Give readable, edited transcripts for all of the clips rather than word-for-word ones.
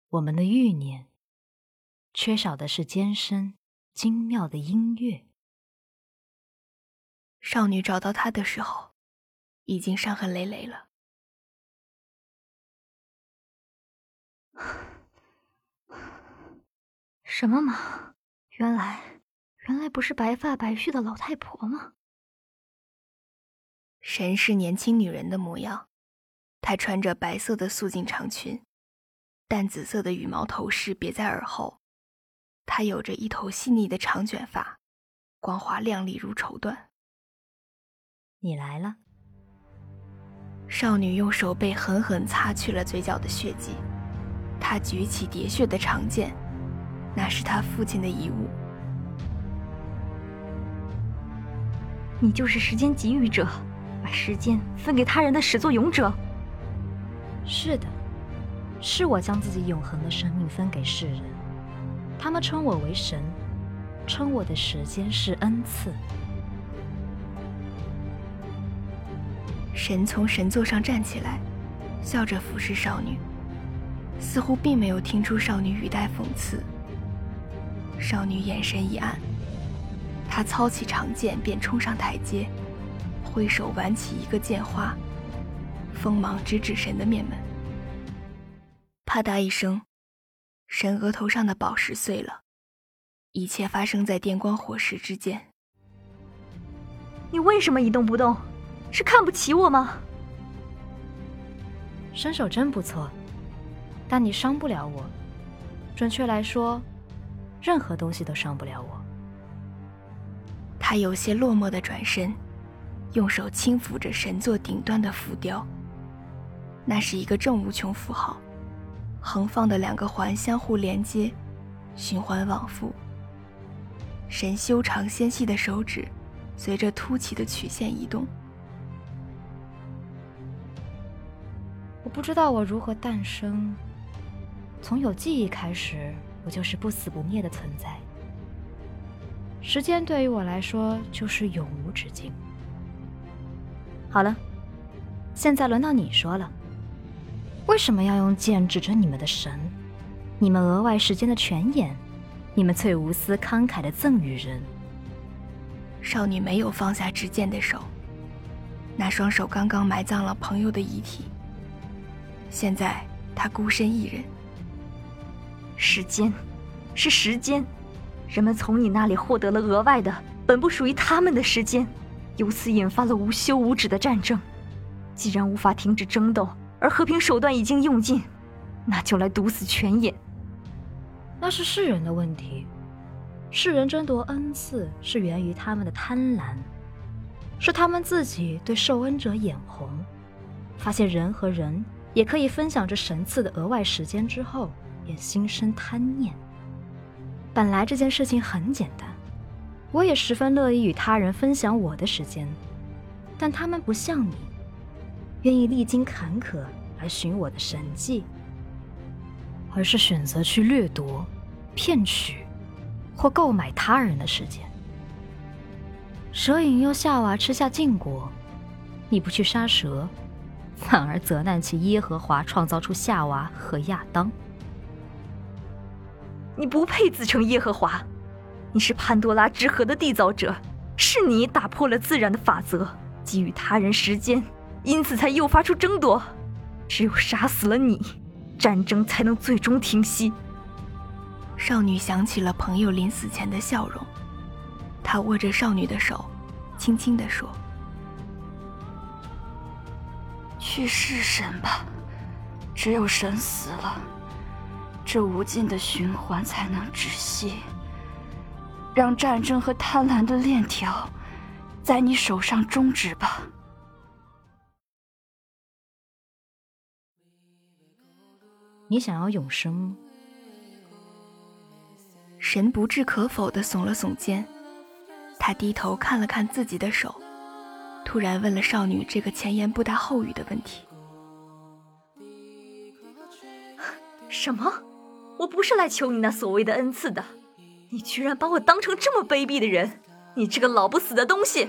我们的欲念，缺少的是艰深精妙的音乐。 少女找到他的时候，已经伤痕累累了。 什么嘛？原来不是白发白须的老太婆吗？ 神是年轻女人的模样，她穿着白色的素净长裙，淡紫色的羽毛头饰别在耳后，她有着一头细腻的长卷发，光滑亮丽如绸缎。 你来了。 少女用手背狠狠擦去了嘴角的血迹，她举起叠血的长剑，那是她父亲的遗物。 你就是时间给予者，把时间分给他人的始作俑者。 是的，是我将自己永恒的生命分给世人，他们称我为神，称我的时间是恩赐。 神从神座上站起来，笑着俯视少女，似乎并没有听出少女语带讽刺。少女眼神一暗，她操起长剑便冲上台阶，挥手挽起一个剑花，锋芒直指神的面门。啪嗒一声，神额头上的宝石碎了，一切发生在电光火石之间。 你为什么一动不动？是看不起我吗？ 身手真不错，但你伤不了我。准确来说，任何东西都伤不了我。 他有些落寞地转身，用手轻抚着神座顶端的浮雕。那是一个正无穷符号，横放的两个环相互连接，循环往复。神修长纤细的手指随着凸起的曲线移动。 我不知道我如何诞生，从有记忆开始，我就是不死不灭的存在。时间对于我来说就是永无止境。好了，现在轮到你说了，为什么要用剑指着你们的神，你们额外时间的泉眼，你们最无私慷慨的赠予人？ 少女没有放下执剑的手，那双手刚刚埋葬了朋友的遗体，现在她孤身一人。 时间，是时间，人们从你那里获得了额外的本不属于他们的时间，由此引发了无休无止的战争。既然无法停止争斗，而和平手段已经用尽，那就来毒死泉眼。 那是世人的问题，世人争夺恩赐是源于他们的贪婪，是他们自己对受恩者眼红，发现人和人也可以分享这神赐的额外时间之后，便心生贪念。本来这件事情很简单，我也十分乐意与他人分享我的时间，但他们不像你，愿意历经坎坷来寻我的神迹，而是选择去掠夺、骗取或购买他人的时间。蛇引诱夏娃吃下禁果，你不去杀蛇，反而责难起耶和华创造出夏娃和亚当。 你不配自称耶和华，你是潘多拉之盒的缔造者，是你打破了自然的法则，给予他人时间，因此才诱发出争夺。只有杀死了你，战争才能最终停息。 少女想起了朋友临死前的笑容，她握着少女的手，轻轻地说： 去试神吧，只有神死了，这无尽的循环才能止息。让战争和贪婪的链条在你手上终止吧。 你想要永生吗？ 神不置可否地耸了耸肩，他低头看了看自己的手，突然问了少女这个前言不搭后语的问题。 什么？我不是来求你那所谓的恩赐的，你居然把我当成这么卑鄙的人，你这个老不死的东西！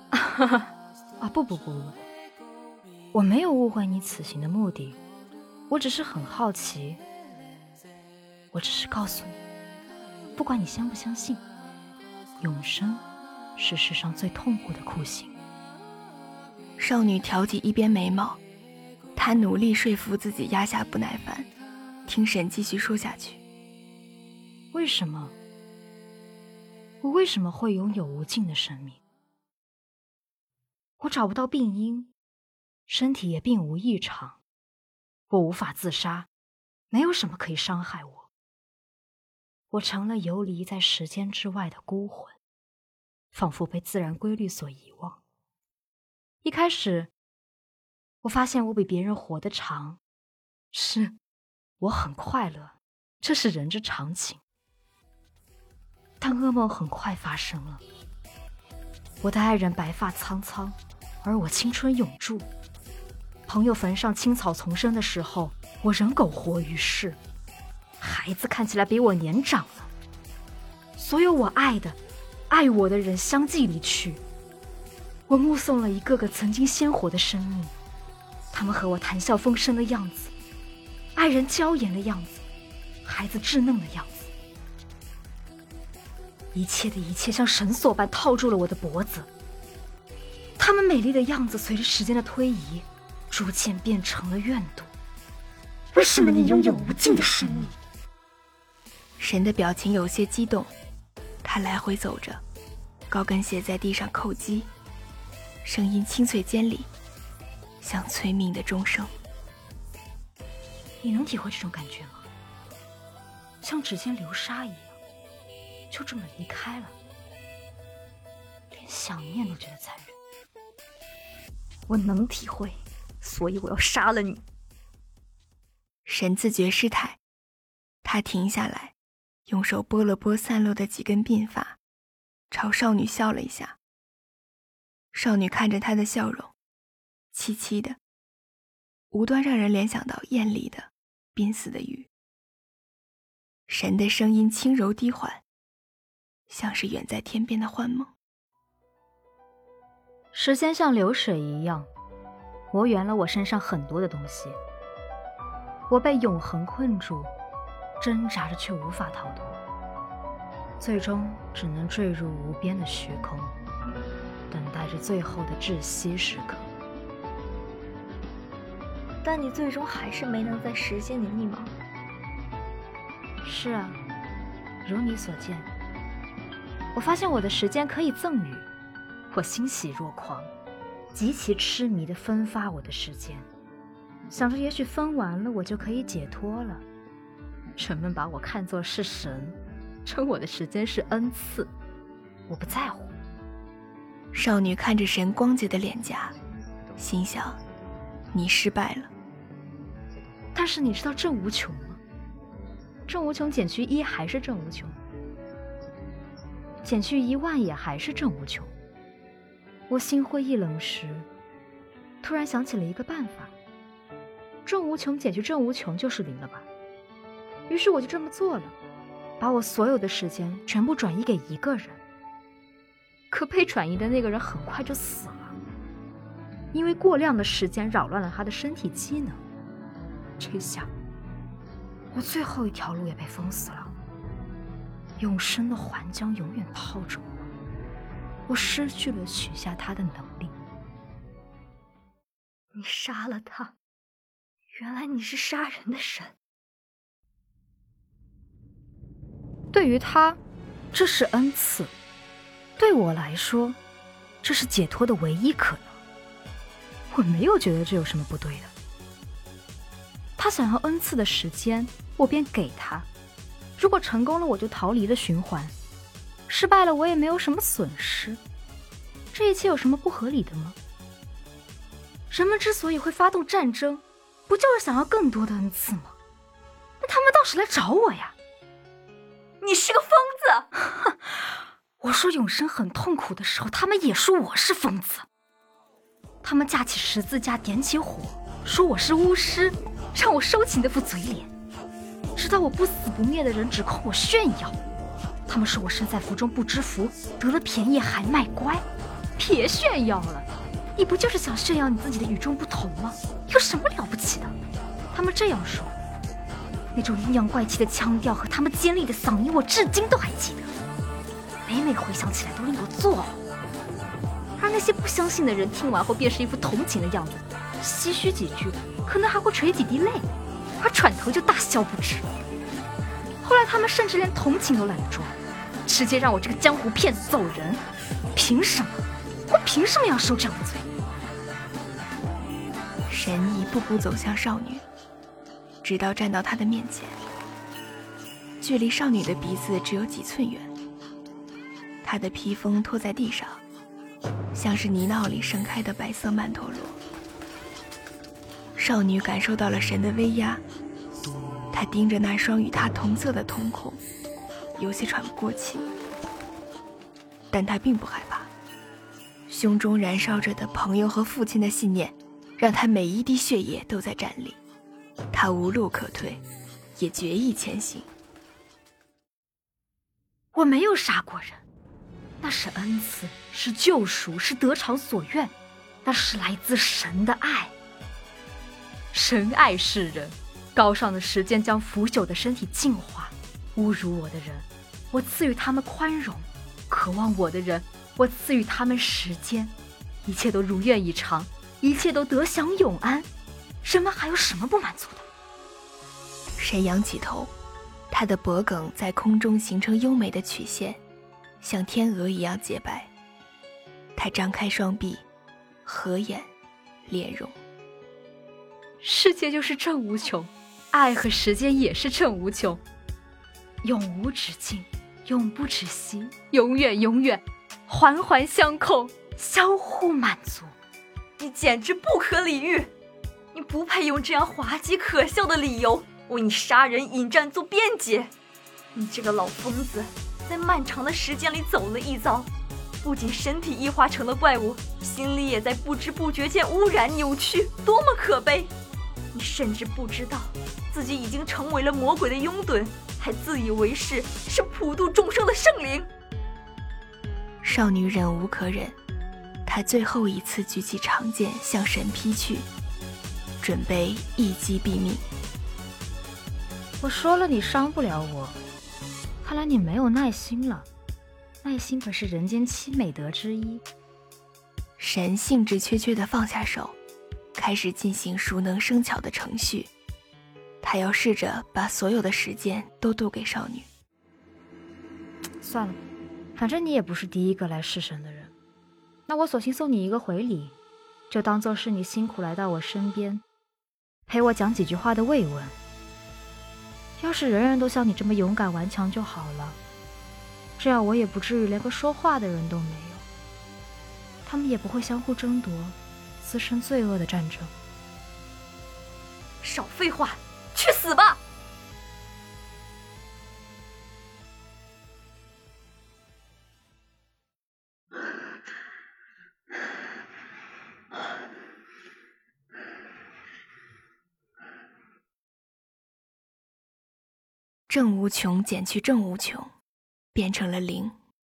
不，我没有误会你此行的目的， 我只是很好奇，我只是告诉你，不管你相不相信，永生是世上最痛苦的酷刑。 少女挑起一边眉毛，她努力说服自己压下不耐烦，听神继续说下去。 为什么？我为什么会拥有无尽的生命？我找不到病因，身体也并无异常，我无法自杀，没有什么可以伤害我。我成了游离在时间之外的孤魂，仿佛被自然规律所遗忘。一开始，我发现我比别人活得长，是，我很快乐，这是人之常情。但噩梦很快发生了，我的爱人白发苍苍，而我青春永驻。朋友坟上青草丛生的时候，我仍苟活于世。孩子看起来比我年长了，所有我爱的、爱我的人相继离去。我目送了一个个曾经鲜活的生命，他们和我谈笑风生的样子，爱人娇艳的样子，孩子稚嫩的样子。一切的一切像绳索般套住了我的脖子，他们美丽的样子随着时间的推移，逐渐变成了怨毒。为什么你拥有无尽的生命？ 神的表情有些激动，他来回走着，高跟鞋在地上叩击，声音清脆尖利，像催命的钟声。 你能体会这种感觉吗？像指尖流沙一样，就这么离开了，连想念都觉得残忍。 我能体会，所以我要杀了你。 神自觉失态，他停下来，用手拨了拨散落的几根鬓发，朝少女笑了一下。少女看着他的笑容，凄凄的，无端让人联想到艳丽的濒死的鱼。神的声音轻柔低缓，像是远在天边的幻梦。 时间像流水一样，磨圆了我身上很多的东西。我被永恒困住，挣扎着却无法逃脱，最终只能坠入无边的虚空，等待着最后的窒息时刻。 但你最终还是没能在时间里溺亡。 是啊，如你所见，我发现我的时间可以赠予，我欣喜若狂，极其痴迷地分发我的时间，想着也许分完了我就可以解脱了。人们把我看作是神，称我的时间是恩赐，我不在乎。 少女看着神光洁的脸颊，心想，你失败了。 但是你知道正无穷吗？正无穷减去1还是正无穷，减去10000也还是正无穷。我心灰意冷时，突然想起了一个办法，正无穷减去正无穷就是0了吧？于是我就这么做了，把我所有的时间全部转移给一个人。可被转移的那个人很快就死了，因为过量的时间扰乱了他的身体机能。这下我最后一条路也被封死了，永生的环将永远套着我失去了取下他的能力。 你杀了他，原来你是杀人的神。 对于他，这是恩赐；对我来说，这是解脱的唯一可能。我没有觉得这有什么不对的。他想要恩赐的时间，我便给他。如果成功了，我就逃离了循环；失败了，我也没有什么损失。这一切有什么不合理的吗？人们之所以会发动战争，不就是想要更多的恩赐吗？那他们倒是来找我呀！ 你是个疯子！ 我说永生很痛苦的时候，他们也说我是疯子。他们架起十字架，点起火，说我是巫师，让我收起那副嘴脸。直到我不死不灭的人指控我炫耀，他们说我身在福中不知福，得了便宜还卖乖。别炫耀了，你不就是想炫耀你自己的与众不同吗？有什么了不起的？他他们这样说，那种阴阳怪气的腔调和他们尖利的嗓音，我至今都还记得，每每回想起来都令我作呕。而那些不相信的人听完后便是一副同情的样子，唏嘘几句，可能还会垂几滴泪，而转头就大笑不止。后来他们甚至连同情都懒得装，直接让我这个江湖骗子走人。凭什么？我凭什么要受这样的罪？ 神一步步走向少女，直到站到她的面前，距离少女的鼻子只有几寸远。她的披风拖在地上，像是泥淖里盛开的白色曼陀罗。少女感受到了神的威压，她盯着那双与她同色的瞳孔，有些喘不过气。但她并不害怕，胸中燃烧着的朋友和父亲的信念，让她每一滴血液都在站立。她无路可退，也决意前行。 我没有杀过人，那是恩赐，是救赎，是得偿所愿，那是来自神的爱。神爱世人，高尚的时间将腐朽的身体净化，侮辱我的人，我赐予他们宽容；渴望我的人，我赐予他们时间。一切都如愿以偿，一切都得享永安，人们还有什么不满足的？ 神仰起头，他的脖颈在空中形成优美的曲线，像天鹅一样洁白。他张开双臂，合眼脸容。 世界就是正无穷，爱和时间也是正无穷，永无止境，永不止息，永远永远，环环相扣，相互满足。 你简直不可理喻，你不配用这样滑稽可笑的理由为你杀人引战做辩解。你这个老疯子，在漫长的时间里走了一遭，不仅身体异化成了怪物，心里也在不知不觉间污染扭曲，多么可悲！你甚至不知道自己已经成为了魔鬼的拥趸，还自以为是普度众生的圣灵。 少女忍无可忍，她最后一次举起长剑向神劈去，准备一击毙命。 我说了你伤不了我，看来你没有耐心了。耐心本是人间七美德之一。 神兴致缺缺地放下手，开始进行熟能生巧的程序。他要试着把所有的时间都渡给少女。 算了，反正你也不是第一个来弑神的人，那我索性送你一个回礼，就当做是你辛苦来到我身边，陪我讲几句话的慰问。要是人人都像你这么勇敢顽强就好了，这样我也不至于连个说话的人都没有，他们也不会相互争夺，滋生罪恶的战争。 少废话，去死吧！ 正无穷减去正无穷，变成了0。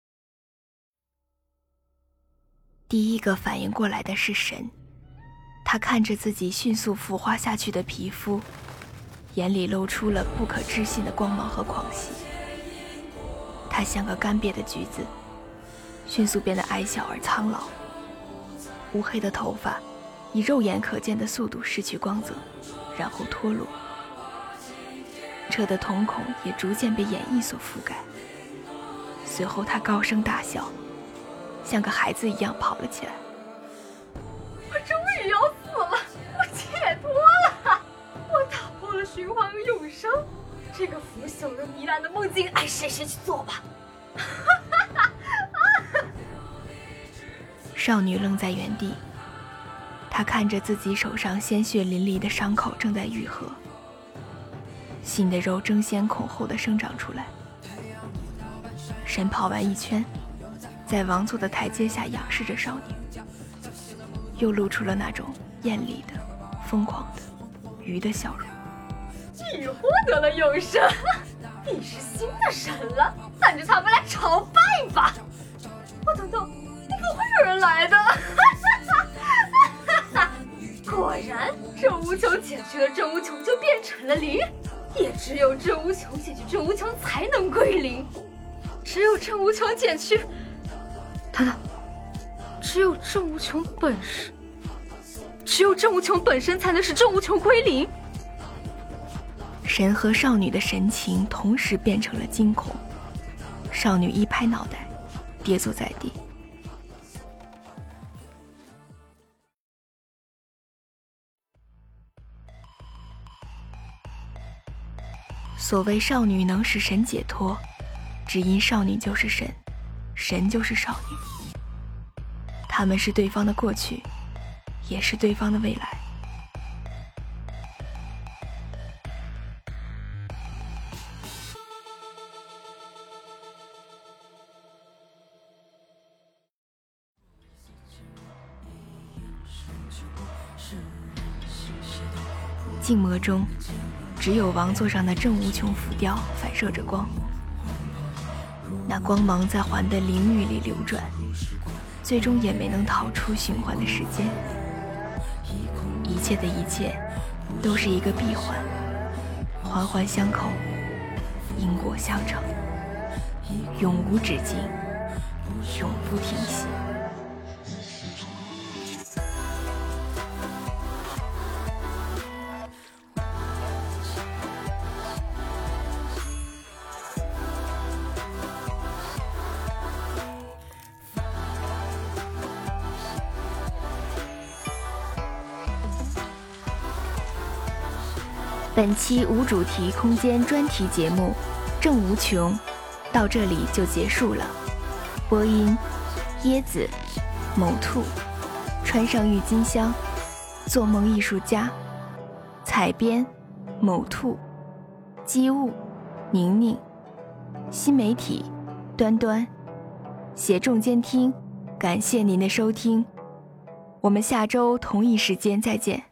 第一个反应过来的是神，他看着自己迅速腐化下去的皮肤，眼里露出了不可置信的光芒和狂喜。他像个干瘪的橘子，迅速变得矮小而苍老，乌黑的头发以肉眼可见的速度失去光泽，然后脱落。彻的瞳孔也逐渐被眼翳所覆盖。随后他高声大笑，像个孩子一样跑了起来。 我终于要死了，我解脱了，我打破了循环和永生，这个腐朽的糜烂的梦境，爱谁谁去做吧。 少女愣在原地，她看着自己手上鲜血淋漓的伤口正在愈合，新的肉争先恐后地生长出来。神跑完一圈，在王座的台阶下仰视着少女，又露出了那种艳丽的、疯狂的、鱼的笑容。 你获得了永生，你是新的神了，带着他们来朝拜吧。我等等，你不会有人来的。果然， 郑无穷减去了郑无穷就变成了零，也只有郑无穷减去郑无穷才能归零。只有郑无穷减去，等等，只有郑无穷本身才能使郑无穷归零。 神和少女的神情同时变成了惊恐，少女一拍脑袋，跌坐在地。所谓少女能使神解脱，只因少女就是神，神就是少女。他们是对方的过去，也是对方的未来。静默中，只有王座上的郑无穷浮雕反射着光，那光芒在环的灵域里流转，最终也没能逃出循环的时间。一切的一切都是一个闭环，环环相扣，因果相承，永无止境，永不停息。本期无主题空间专题节目《郑无穷》到这里就结束了。播音：椰子、某兔、穿上郁金香、做梦艺术家、采编：某兔、机务：宁宁、新媒体：端端、协众监听。感谢您的收听，我们下周同一时间再见。